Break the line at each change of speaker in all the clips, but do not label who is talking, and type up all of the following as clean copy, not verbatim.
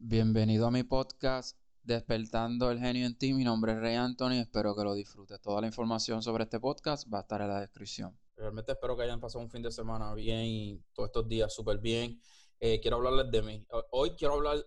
Bienvenido a mi podcast Despertando el Genio en Ti. Mi nombre es Ray Anthony, espero que lo disfrutes. Toda la información sobre este podcast va a estar en la descripción.
Realmente espero que hayan pasado un fin de semana bien y todos estos días súper bien. Quiero hablarles de mí. Hoy quiero hablar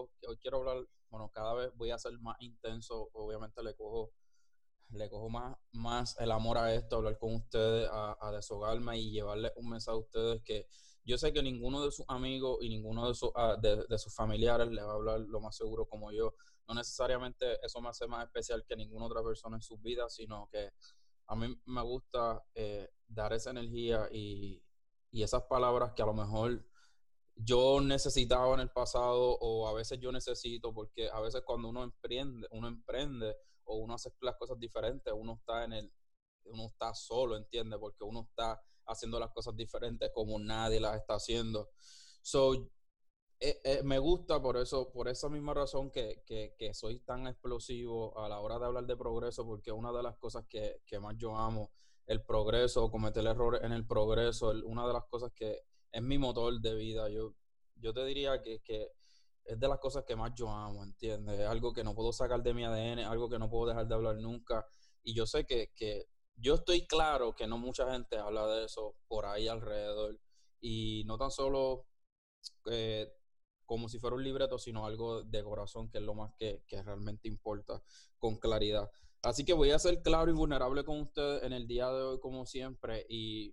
bueno, cada vez voy a ser más intenso. Obviamente le cojo más el amor a esto, hablar con ustedes, a deshogarme y llevarles un mensaje a ustedes que yo sé que ninguno de sus amigos y ninguno de sus familiares le va a hablar lo más seguro como yo. No necesariamente eso me hace más especial que ninguna otra persona en sus vidas, sino que a mí me gusta dar esa energía y esas palabras que a lo mejor yo necesitaba en el pasado o a veces yo necesito, porque a veces cuando uno emprende o uno hace las cosas diferentes, uno está solo, ¿entiendes? Porque uno está haciendo las cosas diferentes como nadie las está haciendo. So, me gusta por esa misma razón que soy tan explosivo a la hora de hablar de progreso, porque una de las cosas que más yo amo, el progreso, cometer errores en el progreso, una de las cosas que es mi motor de vida. Yo te diría que es de las cosas que más yo amo, ¿entiendes? Es algo que no puedo sacar de mi ADN, algo que no puedo dejar de hablar nunca. Y yo sé que yo estoy claro que no mucha gente habla de eso por ahí alrededor. Y no tan solo eh, como si fuera un libreto, sino algo de corazón, que es lo más que realmente importa, con claridad. Así que voy a ser claro y vulnerable con ustedes en el día de hoy, como siempre. Y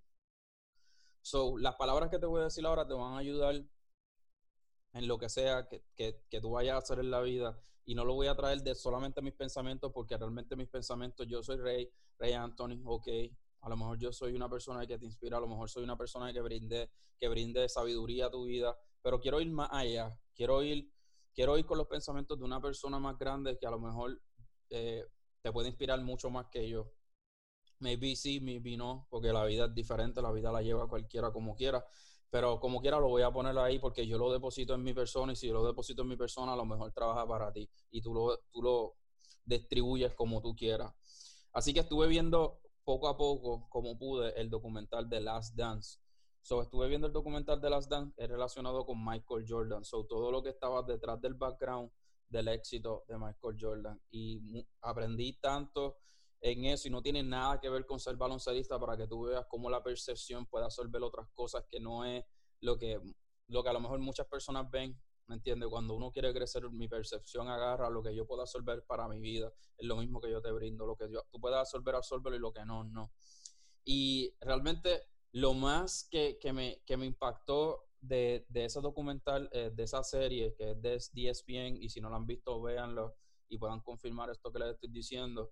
las palabras que te voy a decir ahora te van a ayudar en lo que sea que tú vayas a hacer en la vida. Y no lo voy a traer de solamente mis pensamientos, porque realmente mis pensamientos, yo soy Ray Anthony, ok. A lo mejor yo soy una persona que te inspira, a lo mejor soy una persona que brinde sabiduría a tu vida, pero quiero ir más allá, quiero ir con los pensamientos de una persona más grande que a lo mejor eh, te puede inspirar mucho más que yo. Maybe sí, maybe no, porque la vida es diferente, la vida la lleva cualquiera como quiera, pero como quiera lo voy a poner ahí porque yo lo deposito en mi persona, y si yo lo deposito en mi persona, a lo mejor trabaja para ti y tú lo distribuyes como tú quieras. Así que estuve viendo poco a poco, como pude, el documental de Last Dance. Estuve viendo el documental de Last Dance relacionado con Michael Jordan. Todo lo que estaba detrás del background del éxito de Michael Jordan. Y aprendí tanto en eso, y no tiene nada que ver con ser baloncelista, para que tú veas cómo la percepción puede absorber otras cosas que no es lo que, lo que a lo mejor muchas personas ven. ¿Me entiendes? Cuando uno quiere crecer, mi percepción agarra lo que yo puedo absorber para mi vida. Es lo mismo que yo te brindo. Lo que tú puedas absorber, absórbelo, y lo que no, no. Y realmente lo más que me impactó de ese documental, de esa serie que es de ESPN, y si no lo han visto, véanlo y puedan confirmar esto que les estoy diciendo.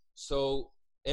Es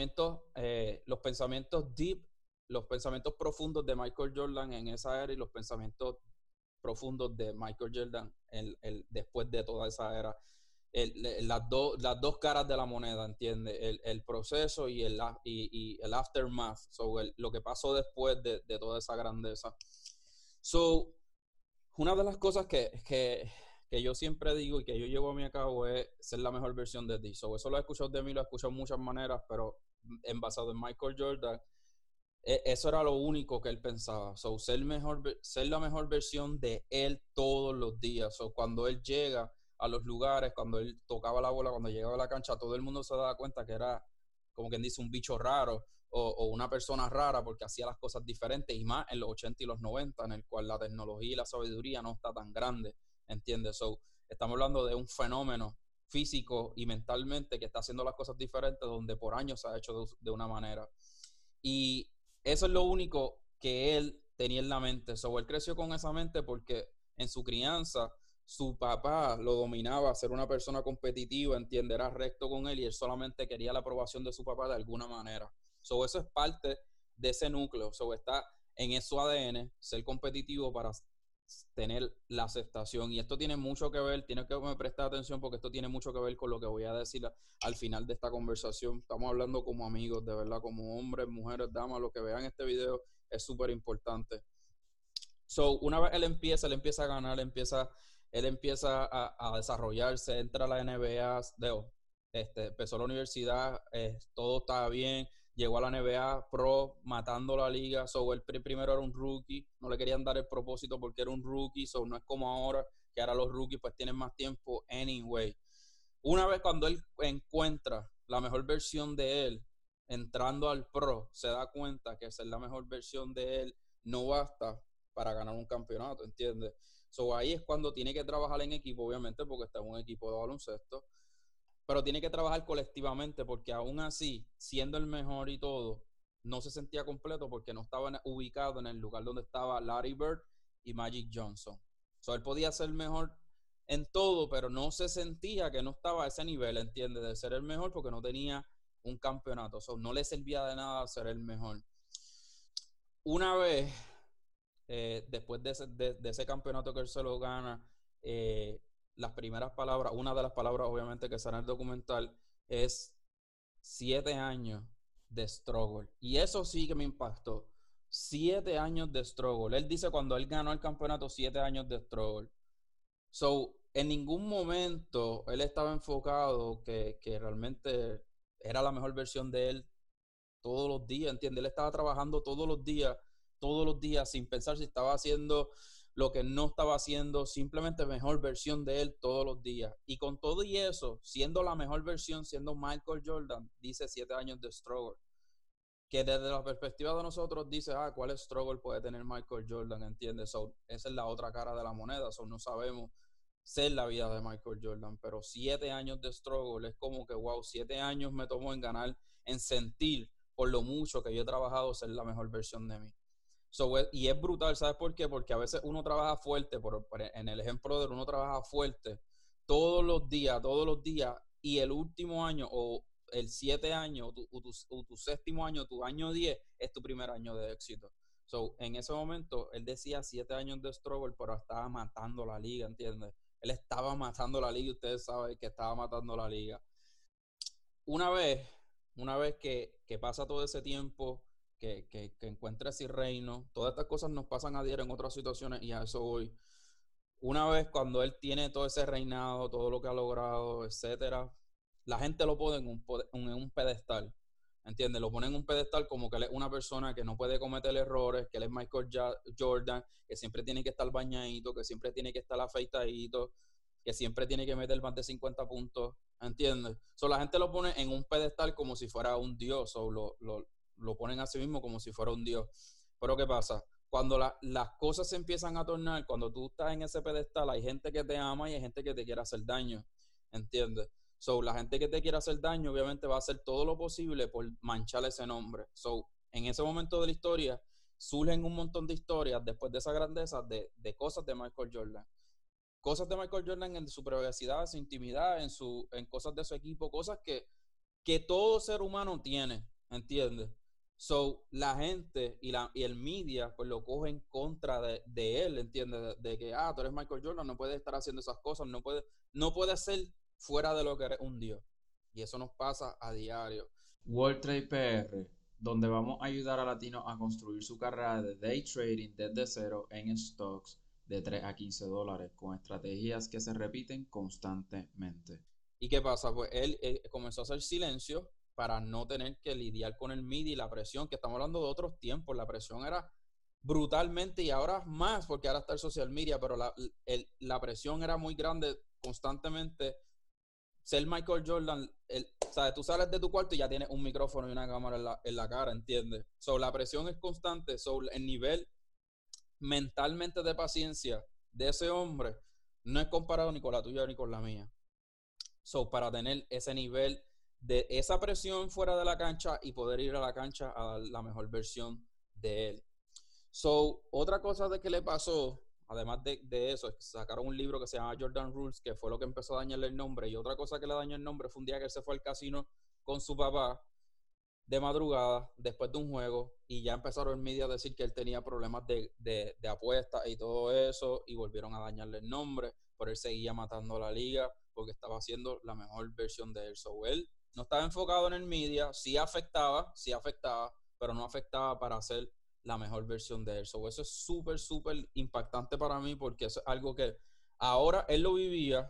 los pensamientos deep, los pensamientos profundos de Michael Jordan en esa era, y los pensamientos profundos de Michael Jordan después de toda esa era. Las dos caras de la moneda, ¿entiendes? El proceso y el aftermath, lo que pasó después de toda esa grandeza. So, una de las cosas que yo siempre digo y que yo llevo a mí a cabo es ser la mejor versión de ti. Eso lo he escuchado de mí, lo he escuchado de muchas maneras, pero basado en Michael Jordan, eso era lo único que él pensaba. Ser la mejor versión de él todos los días. Cuando él llega a los lugares, cuando él tocaba la bola, cuando llegaba a la cancha, todo el mundo se daba cuenta que era, como quien dice, un bicho raro o una persona rara, porque hacía las cosas diferentes, y más en los 80 y los 90, en el cual la tecnología y la sabiduría no está tan grande, ¿entiendes? Estamos hablando de un fenómeno físico y mentalmente que está haciendo las cosas diferentes, donde por años se ha hecho de una manera. Y eso es lo único que él tenía en la mente. Él creció con esa mente porque en su crianza su papá lo dominaba a ser una persona competitiva, entenderá recto con él, y él solamente quería la aprobación de su papá de alguna manera. Eso es parte de ese núcleo. Está en su ADN ser competitivo para tener la aceptación. Y esto tiene mucho que ver, tiene que prestar atención, porque esto tiene mucho que ver con lo que voy a decir al final de esta conversación. Estamos hablando como amigos, de verdad, como hombres, mujeres, damas, lo que vean este video es súper importante. Una vez él empieza a ganar, él empieza a desarrollarse, entra a la NBA, empezó la universidad, todo estaba bien, llegó a la NBA Pro, matando la liga. Él primero era un rookie, no le querían dar el propósito porque era un rookie. No es como ahora que ahora los rookies pues tienen más tiempo anyway. Una vez cuando él encuentra la mejor versión de él, entrando al pro, se da cuenta que ser la mejor versión de él no basta para ganar un campeonato, ¿entiendes? So ahí es cuando tiene que trabajar en equipo, obviamente, porque está en un equipo de baloncesto, pero tiene que trabajar colectivamente porque aún así, siendo el mejor y todo, no se sentía completo porque no estaba ubicado en el lugar donde estaba Larry Bird y Magic Johnson. So él podía ser mejor en todo, pero no se sentía que no estaba a ese nivel, ¿entiendes? De ser el mejor porque no tenía un campeonato. So no le servía de nada ser el mejor. Una vez, después de ese campeonato que él se lo gana, las primeras palabras, una de las palabras obviamente que sale en el documental es 7 años de struggle. Y eso sí que me impactó. 7 años de struggle. Él dice cuando él ganó el campeonato, 7 años de struggle. So, en ningún momento él estaba enfocado que realmente era la mejor versión de él todos los días, ¿entiendes? Él estaba trabajando todos los días, sin pensar si estaba haciendo lo que no estaba haciendo, simplemente mejor versión de él todos los días. Y con todo y eso, siendo la mejor versión, siendo Michael Jordan, dice 7 años de struggle. Que desde la perspectiva de nosotros dice, ¿cuál struggle puede tener Michael Jordan? ¿Entiendes? So, esa es la otra cara de la moneda. So, no sabemos ser la vida de Michael Jordan, pero 7 años de struggle es como que, wow, 7 años me tomó en ganar, en sentir por lo mucho que yo he trabajado ser la mejor versión de mí. So, y es brutal, ¿sabes por qué? Porque a veces uno trabaja fuerte, en el ejemplo de uno trabaja fuerte todos los días, y el último año o el 7 años, tu séptimo año, tu año 10 es tu primer año de éxito. So, en ese momento, él decía 7 años de struggle, pero estaba matando la liga, ¿entiendes? Él estaba matando la liga y ustedes saben que estaba matando la liga. Una vez que pasa todo ese tiempo, que encuentra ese reino, todas estas cosas nos pasan a diario en otras situaciones y a eso voy. Una vez cuando él tiene todo ese reinado, todo lo que ha logrado, etcétera, la gente lo pone en un pedestal, ¿entiendes? Lo pone en un pedestal como que él es una persona que no puede cometer errores, que él es Michael Jordan, que siempre tiene que estar bañadito, que siempre tiene que estar afeitadito, que siempre tiene que meter más de 50 puntos, ¿entiendes? So, la gente lo pone en un pedestal como si fuera un dios, o lo ponen a sí mismo como si fuera un dios. Pero ¿qué pasa? Cuando las cosas se empiezan a tornar, cuando tú estás en ese pedestal, hay gente que te ama y hay gente que te quiere hacer daño, ¿entiendes? So, la gente que te quiere hacer daño obviamente va a hacer todo lo posible por manchar ese nombre. So, en ese momento de la historia, surgen un montón de historias después de esa grandeza de cosas de Michael Jordan. Cosas de Michael Jordan en su privacidad, en su intimidad, en cosas de su equipo, cosas que todo ser humano tiene, ¿entiendes? So, la gente y el media pues lo coge en contra de él, ¿entiendes? De que, tú eres Michael Jordan, no puedes estar haciendo esas cosas, no puedes ser fuera de lo que eres un dios. Y eso nos pasa a diario.
World Trade PR, donde vamos a ayudar a latinos a construir su carrera de day trading desde cero en stocks de 3 a 15 dólares con estrategias que se repiten constantemente.
¿Y qué pasa? Pues él comenzó a hacer silencio para no tener que lidiar con el media y la presión, que estamos hablando de otros tiempos, la presión era brutalmente y ahora más, porque ahora está el social media, pero la presión era muy grande constantemente. Ser Michael Jordan, ¿sabes? Tú sales de tu cuarto y ya tienes un micrófono y una cámara en la cara, ¿entiendes? So, la presión es constante, so, el nivel mentalmente de paciencia de ese hombre no es comparado ni con la tuya ni con la mía. So, para tener ese nivel de esa presión fuera de la cancha y poder ir a la cancha a dar la mejor versión de él. So, otra cosa de que le pasó, además de eso, es que sacaron un libro que se llama Jordan Rules, que fue lo que empezó a dañarle el nombre. Y otra cosa que le dañó el nombre fue un día que él se fue al casino con su papá de madrugada, después de un juego, y ya empezaron en media a decir que él tenía problemas de apuestas y todo eso, y volvieron a dañarle el nombre, pero él seguía matando a la liga porque estaba haciendo la mejor versión de él. So, él no estaba enfocado en el media, sí afectaba, pero no afectaba para hacer la mejor versión de él. So, eso es súper, súper impactante para mí porque eso es algo que ahora él lo vivía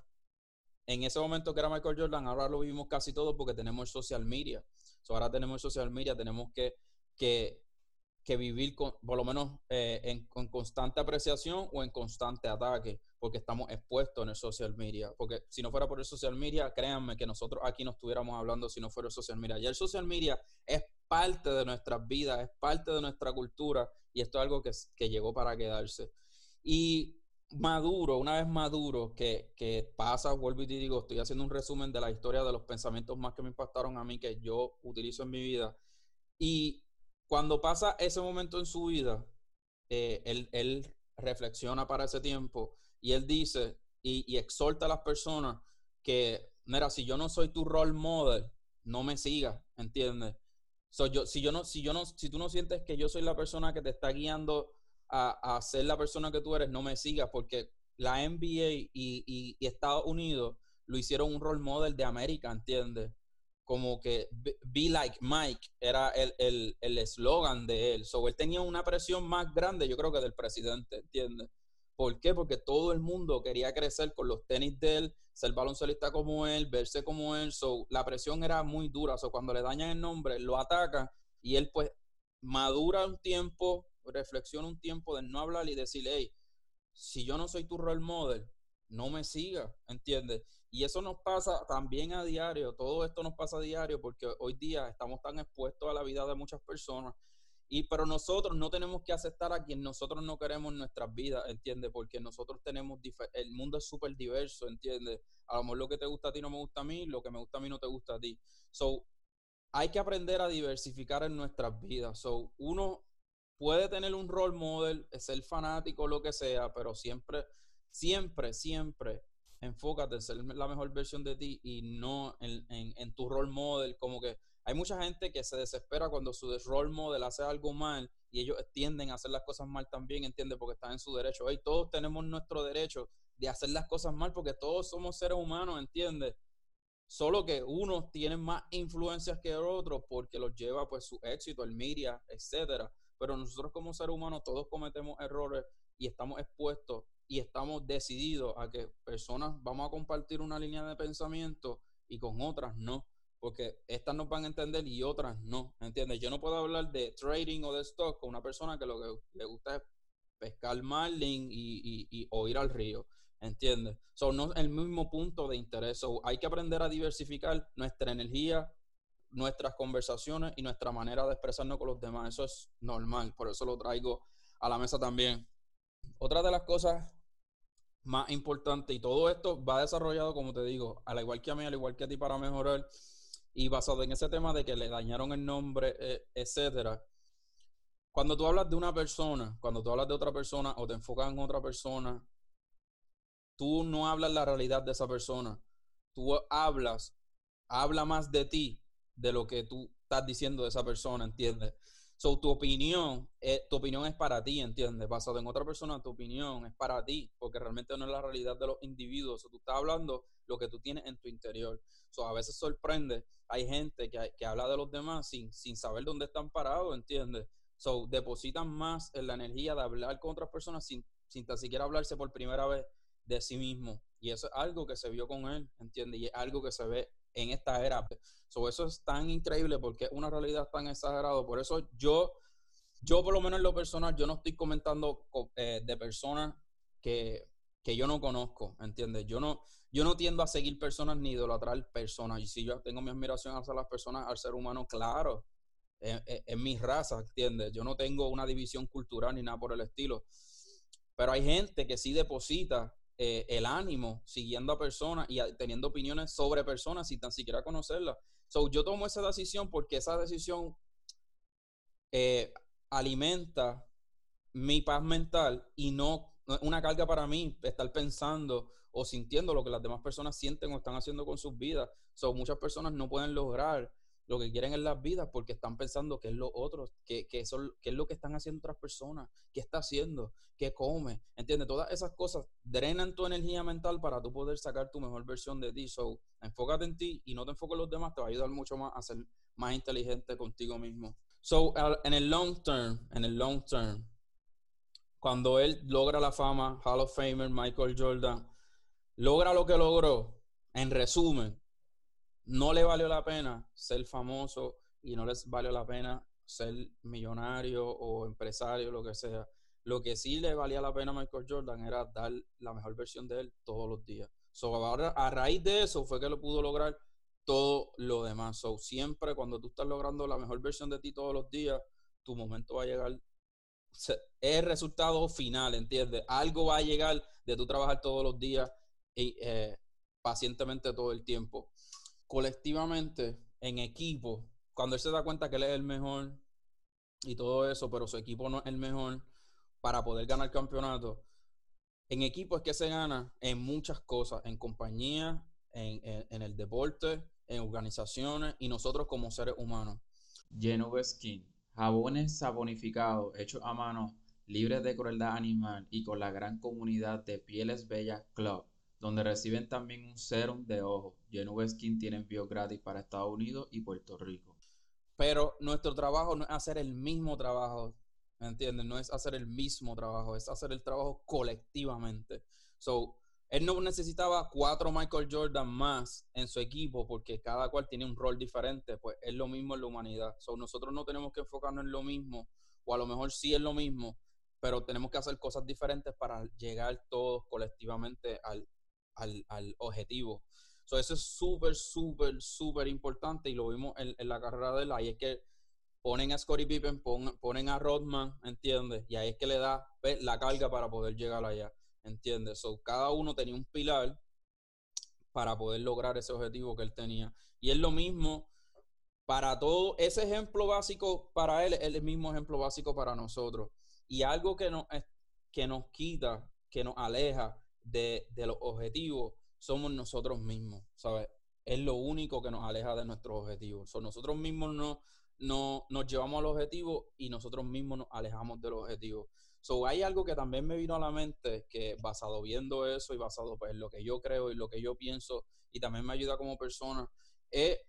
en ese momento que era Michael Jordan, ahora lo vivimos casi todo porque tenemos el social media. So, ahora tenemos el social media, tenemos que que vivir por lo menos en constante apreciación o en constante ataque, porque estamos expuestos en el social media. Porque si no fuera por el social media, créanme que nosotros aquí no estuviéramos hablando si no fuera el social media. Ya el social media es parte de nuestras vidas, es parte de nuestra cultura, y esto es algo que llegó para quedarse. Y Maduro, una vez Maduro, que pasa, vuelvo y te digo, estoy haciendo un resumen de la historia de los pensamientos más que me impactaron a mí, que yo utilizo en mi vida. Y cuando pasa ese momento en su vida, él reflexiona para ese tiempo y él dice y exhorta a las personas que, mira, si yo no soy tu role model, no me sigas, ¿entiendes? Si tú no sientes que yo soy la persona que te está guiando a ser la persona que tú eres, no me sigas, porque la NBA y Estados Unidos lo hicieron un role model de América, ¿entiendes? Como que be like Mike era el eslogan de él. So, él tenía una presión más grande, yo creo, que del presidente, ¿entiendes? ¿Por qué? Porque todo el mundo quería crecer con los tenis de él, ser baloncelista como él, verse como él. So, la presión era muy dura. So, cuando le dañan el nombre, lo atacan y él pues madura un tiempo, reflexiona un tiempo de no hablar y decirle, hey, si yo no soy tu role model, no me sigas, ¿entiendes? Y eso nos pasa también a diario, todo esto nos pasa a diario porque hoy día estamos tan expuestos a la vida de muchas personas, pero nosotros no tenemos que aceptar a quien nosotros no queremos en nuestras vidas, ¿entiendes? Porque nosotros tenemos, el mundo es súper diverso, ¿entiendes? A lo mejor lo que te gusta a ti no me gusta a mí, lo que me gusta a mí no te gusta a ti. So, hay que aprender a diversificar en nuestras vidas. So, uno puede tener un role model, ser fanático, lo que sea, pero siempre, siempre, siempre enfócate en ser la mejor versión de ti y no en tu role model. Como que hay mucha gente que se desespera cuando su role model hace algo mal y ellos tienden a hacer las cosas mal también, ¿entiendes? Porque están en su derecho. Hey, todos tenemos nuestro derecho de hacer las cosas mal porque todos somos seres humanos, ¿entiendes? Solo que unos tienen más influencias que otros porque los lleva pues su éxito, el media, etcétera. Pero nosotros como seres humanos todos cometemos errores y estamos expuestos y estamos decididos a que personas vamos a compartir una línea de pensamiento y con otras no, porque estas nos van a entender y otras no, ¿entiendes? Yo no puedo hablar de trading o de stock con una persona que lo que le gusta es pescar marlin o ir al río. ¿Entiendes? Son no el mismo punto de interés. So, hay que aprender a diversificar nuestra energía, nuestras conversaciones y nuestra manera de expresarnos con los demás. Eso es normal, por eso lo traigo a la mesa también. Otra de las cosas más importantes, y todo esto va desarrollado, como te digo, al igual que a mí, al igual que a ti, para mejorar, y basado en ese tema de que le dañaron el nombre, etcétera. Cuando tú hablas de una persona, cuando tú hablas de otra persona o te enfocas en otra persona, tú no hablas la realidad de esa persona. Tú habla más de ti de lo que tú estás diciendo de esa persona, ¿entiendes? So, tu opinión es para ti, ¿entiendes? Basado en otra persona, tu opinión es para ti, porque realmente no es la realidad de los individuos. So, tú estás hablando lo que tú tienes en tu interior. So, a veces sorprende, hay gente que habla de los demás sin saber dónde están parados, ¿entiendes? So, depositan más en la energía de hablar con otras personas sin tan siquiera hablarse por primera vez de sí mismo. Y eso es algo que se vio con él, ¿entiendes? Y es algo que se ve en esta era. So, eso es tan increíble porque es una realidad tan exagerada. Por eso yo por lo menos en lo personal, yo no estoy comentando de personas que yo no conozco, ¿entiendes? Yo no tiendo a seguir personas ni idolatrar personas. Y si yo tengo mi admiración hacia las personas, al ser humano, claro, es mi raza, ¿entiendes? Yo no tengo una división cultural ni nada por el estilo. Pero hay gente que sí deposita el ánimo siguiendo a personas y teniendo opiniones sobre personas sin tan siquiera conocerlas. So, yo tomo esa decisión porque esa decisión eh, alimenta mi paz mental y no es una carga para mí estar pensando o sintiendo lo que las demás personas sienten o están haciendo con sus vidas. So, muchas personas no pueden lograr lo que quieren en las vidas porque están pensando que es lo otro, que es lo que están haciendo otras personas, qué está haciendo, qué come, ¿entiendes? Todas esas cosas drenan tu energía mental para tú poder sacar tu mejor versión de ti. So, enfócate en ti y no te enfoques en los demás, te va a ayudar mucho más a ser más inteligente contigo mismo. So, en el long term, cuando él logra la fama, Hall of Famer, Michael Jordan, logra lo que logró, en resumen, no le valió la pena ser famoso y no les valió la pena ser millonario o empresario, lo que sea. Lo que sí le valía la pena a Michael Jordan era dar la mejor versión de él todos los días. So, ahora, a raíz de eso fue que lo pudo lograr todo lo demás. So, siempre cuando tú estás logrando la mejor versión de ti todos los días, tu momento va a llegar. Es el resultado final, ¿entiendes? Algo va a llegar de tú trabajar todos los días y pacientemente todo el tiempo. Colectivamente, en equipo, cuando él se da cuenta que él es el mejor y todo eso, pero su equipo no es el mejor para poder ganar el campeonato, en equipo es que se gana en muchas cosas, en compañía, en el deporte, en organizaciones y nosotros como seres humanos.
Genuve Skin, jabones sabonificados hechos a mano, libres de crueldad animal y con la gran comunidad de Pieles Bellas Club, donde reciben también un serum de ojo. Genuve Skin tiene envío gratis para Estados Unidos y Puerto Rico.
Pero nuestro trabajo no es hacer el mismo trabajo, ¿me entiendes? No es hacer el mismo trabajo, es hacer el trabajo colectivamente. So, él no necesitaba 4 Michael Jordan más en su equipo porque cada cual tiene un rol diferente, pues es lo mismo en la humanidad. So, nosotros no tenemos que enfocarnos en lo mismo, o a lo mejor sí es lo mismo, pero tenemos que hacer cosas diferentes para llegar todos colectivamente al objetivo. So, eso es súper, súper, súper importante y lo vimos en la carrera de él. Ahí es que ponen a Scottie Pippen, ponen a Rodman, ¿entiendes? Y ahí es que le da la carga para poder llegar allá, ¿entiendes? So, cada uno tenía un pilar para poder lograr ese objetivo que él tenía. Y es lo mismo para todo. Ese ejemplo básico para él es el mismo ejemplo básico para nosotros. Y algo que nos quita, que nos aleja de los objetivos, somos nosotros mismos, ¿sabes? Es lo único que nos aleja de nuestros objetivos. Nosotros mismos no nos llevamos al objetivo y nosotros mismos nos alejamos del objetivo. So, hay algo que también me vino a la mente que basado viendo eso y basado pues, en lo que yo creo y lo que yo pienso y también me ayuda como persona, es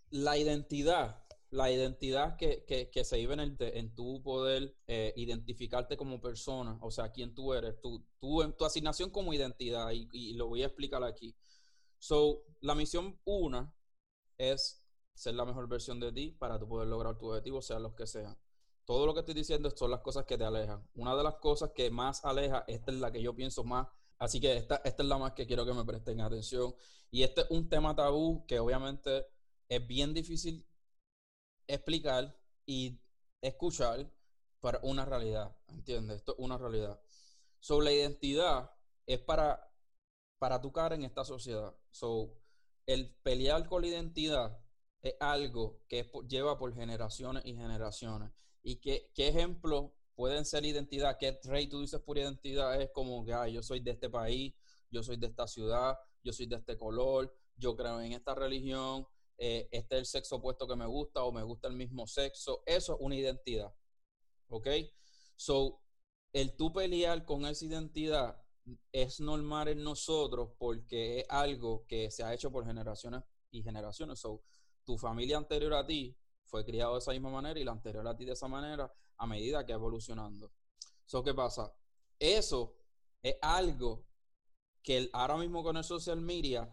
la identidad que se vive en tu poder identificarte como persona, o sea, quién tú eres, tu asignación como identidad, y lo voy a explicar aquí. So, la misión 1 es ser la mejor versión de ti para tú poder lograr tu objetivo, sean los que sean. Todo lo que estoy diciendo son las cosas que te alejan. Una de las cosas que más aleja, esta es la que yo pienso más, así que esta es la más que quiero que me presten atención. Y este es un tema tabú que obviamente es bien difícil explicar y escuchar para una realidad, ¿entiendes? Esto es una realidad. So, la identidad es para tu cara en esta sociedad. So, el pelear con la identidad es algo que lleva por generaciones y generaciones. ¿Y qué ejemplos pueden ser identidad? ¿Qué rey tú dices por identidad? Es como que yo soy de este país, yo soy de esta ciudad, yo soy de este color, yo creo en esta religión, este es el sexo opuesto que me gusta o me gusta el mismo sexo. Eso es una identidad, ¿ok? So, el tú pelear con esa identidad es normal en nosotros porque es algo que se ha hecho por generaciones y generaciones. So, tu familia anterior a ti fue criado de esa misma manera y la anterior a ti de esa manera a medida que va evolucionando. So, ¿qué pasa? Eso es algo que ahora mismo con el social media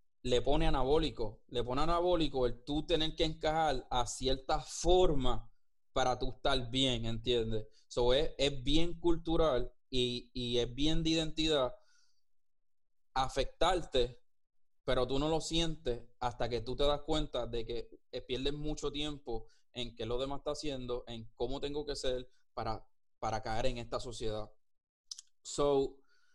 le pone anabólico el tú tener que encajar a cierta forma para tú estar bien, ¿entiendes? So es bien cultural y es bien de identidad afectarte, pero tú no lo sientes hasta que tú te das cuenta de que pierdes mucho tiempo en qué lo demás está haciendo, en cómo tengo que ser para caer en esta sociedad. So,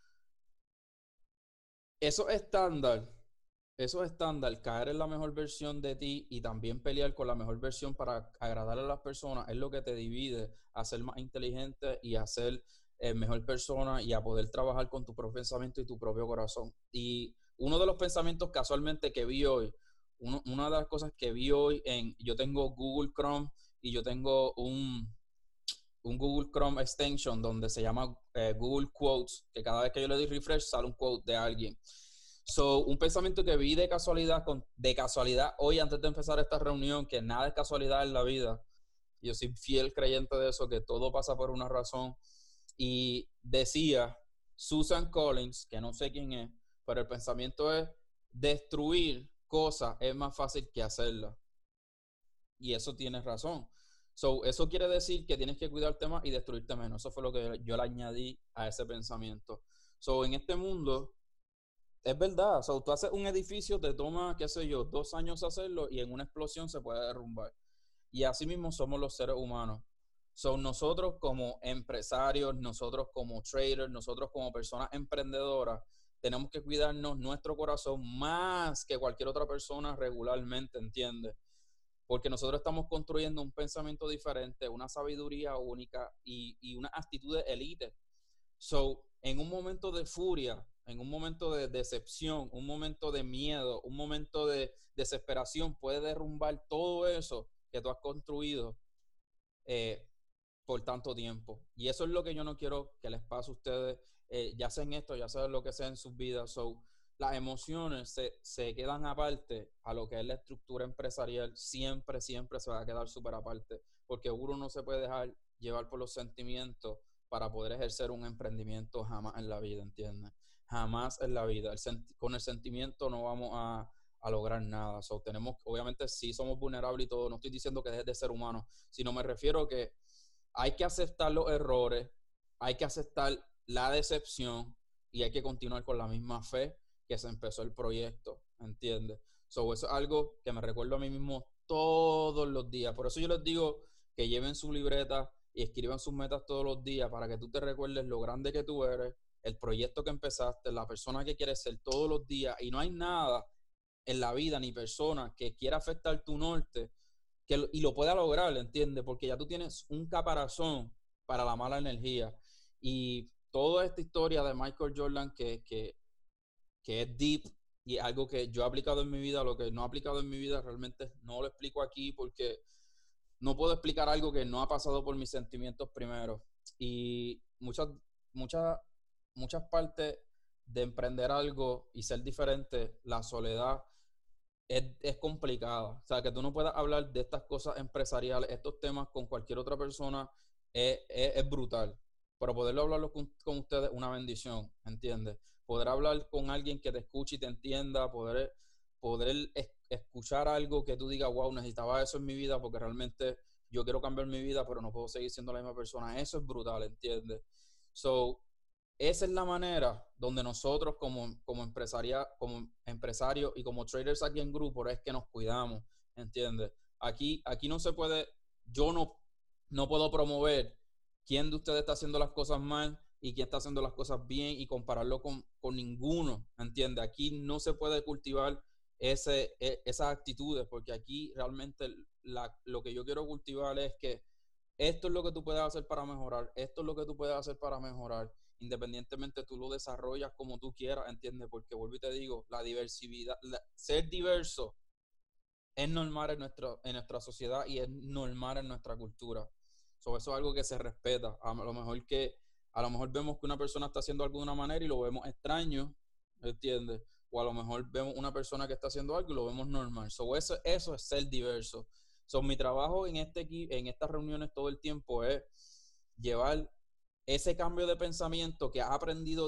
eso es estándar. Eso es estándar, caer en la mejor versión de ti y también pelear con la mejor versión para agradar a las personas es lo que te divide a ser más inteligente y a ser mejor persona y a poder trabajar con tu propio pensamiento y tu propio corazón. Y uno de los pensamientos casualmente que vi hoy, una de las cosas que vi hoy yo tengo Google Chrome y yo tengo un Google Chrome extension donde se llama Google Quotes, que cada vez que yo le doy refresh sale un quote de alguien. So, un pensamiento que vi de casualidad hoy antes de empezar esta reunión, que nada es casualidad en la vida. Yo soy fiel creyente de eso, que todo pasa por una razón. Y decía Susan Collins, que no sé quién es, pero el pensamiento es: destruir cosas es más fácil que hacerlas. Y eso tiene razón. So, eso quiere decir que tienes que cuidarte más y destruirte menos. Eso fue lo que yo le añadí a ese pensamiento. So, en este mundo, es verdad. So, tú haces un edificio, te toma, qué sé yo, 2 años hacerlo y en una explosión se puede derrumbar. Y así mismo somos los seres humanos. So, nosotros como empresarios, nosotros como traders, nosotros como personas emprendedoras, tenemos que cuidarnos nuestro corazón más que cualquier otra persona regularmente, ¿entiendes? Porque nosotros estamos construyendo un pensamiento diferente, una sabiduría única y una actitud de élite. So, en un momento de furia, en un momento de decepción, un momento de miedo, un momento de desesperación, puede derrumbar todo eso que tú has construido eh, por tanto tiempo. Y eso es lo que yo no quiero que les pase a ustedes, ya sea en esto, ya sea en lo que sea en sus vidas. So, las emociones se quedan aparte a lo que es la estructura empresarial, siempre, siempre se va a quedar súper aparte, porque uno no se puede dejar llevar por los sentimientos para poder ejercer un emprendimiento jamás en la vida, ¿entiendes? Jamás en la vida. Con el sentimiento no vamos a lograr nada. So, tenemos, obviamente, sí somos vulnerables y todo. No estoy diciendo que dejes de ser humano, sino me refiero que hay que aceptar los errores, hay que aceptar la decepción y hay que continuar con la misma fe que se empezó el proyecto, ¿entiendes? So, eso es algo que me recuerdo a mí mismo todos los días. Por eso yo les digo que lleven su libreta y escriban sus metas todos los días para que tú te recuerdes lo grande que tú eres, el proyecto que empezaste, la persona que quieres ser todos los días. Y no hay nada en la vida ni persona que quiera afectar tu norte y lo pueda lograr, ¿entiendes? Porque ya tú tienes un caparazón para la mala energía. Y toda esta historia de Michael Jordan que es deep y algo que yo he aplicado en mi vida, lo que no he aplicado en mi vida realmente no lo explico aquí porque no puedo explicar algo que no ha pasado por mis sentimientos primero. Y muchas, muchas partes de emprender algo y ser diferente, la soledad es complicada. O sea, que tú no puedas hablar de estas cosas empresariales, estos temas con cualquier otra persona, es brutal. Pero poderlo hablarlo con ustedes una bendición, ¿entiendes? Poder hablar con alguien que te escuche y te entienda, poder escuchar algo que tú digas, wow, necesitaba eso en mi vida porque realmente yo quiero cambiar mi vida, pero no puedo seguir siendo la misma persona. Eso es brutal, ¿entiendes? So, esa es la manera donde nosotros como empresarios y como traders aquí en grupo es que nos cuidamos, ¿entiendes? Aquí no se puede, yo no puedo promover quién de ustedes está haciendo las cosas mal y quién está haciendo las cosas bien y compararlo con ninguno, ¿entiendes? Aquí no se puede cultivar esas actitudes porque aquí realmente lo que yo quiero cultivar es que esto es lo que tú puedes hacer para mejorar, esto es lo que tú puedes hacer para mejorar, independientemente tú lo desarrollas como tú quieras, ¿entiendes? Porque vuelvo y te digo, la diversidad, ser diverso es normal en nuestra sociedad y es normal en nuestra cultura. So, eso es algo que se respeta. A lo mejor vemos que una persona está haciendo algo de una manera y lo vemos extraño, ¿entiendes? O a lo mejor vemos una persona que está haciendo algo y lo vemos normal. So, eso es ser diverso. So, mi trabajo en estas reuniones todo el tiempo es llevar ese cambio de pensamiento que has aprendido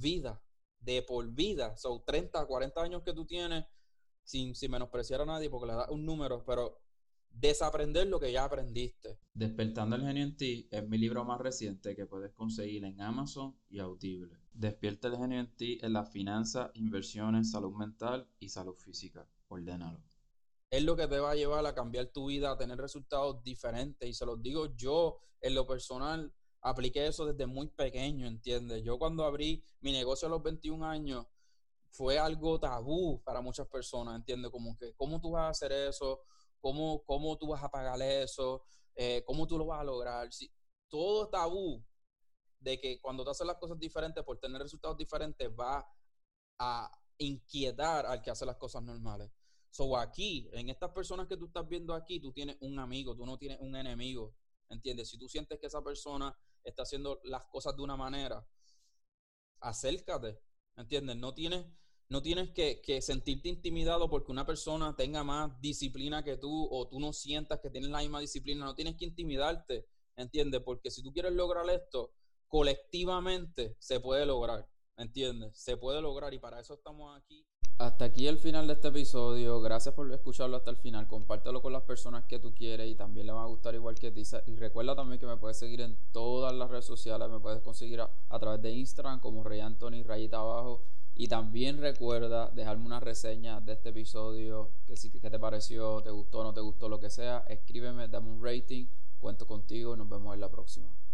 de por vida. Son 30, 40 años que tú tienes sin menospreciar a nadie porque le das un número, pero desaprender lo que ya aprendiste.
Despertando el genio en ti es mi libro más reciente que puedes conseguir en Amazon y Audible. Despierta el genio en ti en las finanzas, inversiones, salud mental y salud física. Ordénalo.
Es lo que te va a llevar a cambiar tu vida, a tener resultados diferentes. Y se los digo yo, en lo personal, apliqué eso desde muy pequeño, ¿entiendes? Yo cuando abrí mi negocio a los 21 años, fue algo tabú para muchas personas, ¿entiendes? Como que, ¿cómo tú vas a hacer eso? ¿Cómo tú vas a pagar eso? ¿Cómo tú lo vas a lograr? Si, todo tabú de que cuando tú haces las cosas diferentes, por tener resultados diferentes, va a inquietar al que hace las cosas normales. So aquí, en estas personas que tú estás viendo aquí, tú tienes un amigo, tú no tienes un enemigo, ¿entiendes? Si tú sientes que esa persona está haciendo las cosas de una manera, acércate, ¿entiendes? No tienes que sentirte intimidado porque una persona tenga más disciplina que tú o tú no sientas que tienes la misma disciplina, no tienes que intimidarte, ¿entiendes? Porque si tú quieres lograr esto, colectivamente se puede lograr, ¿entiendes? Se puede lograr y para eso estamos aquí.
Hasta aquí el final de este episodio. Gracias por escucharlo hasta el final. Compártelo con las personas que tú quieres y también le va a gustar igual que a ti. Y recuerda también que me puedes seguir en todas las redes sociales. Me puedes conseguir a través de Instagram como Rey Anthony rayita abajo. Y también recuerda dejarme una reseña de este episodio. ¿Qué te pareció? ¿Te gustó? ¿No te gustó? Lo que sea. Escríbeme, dame un rating. Cuento contigo y nos vemos en la próxima.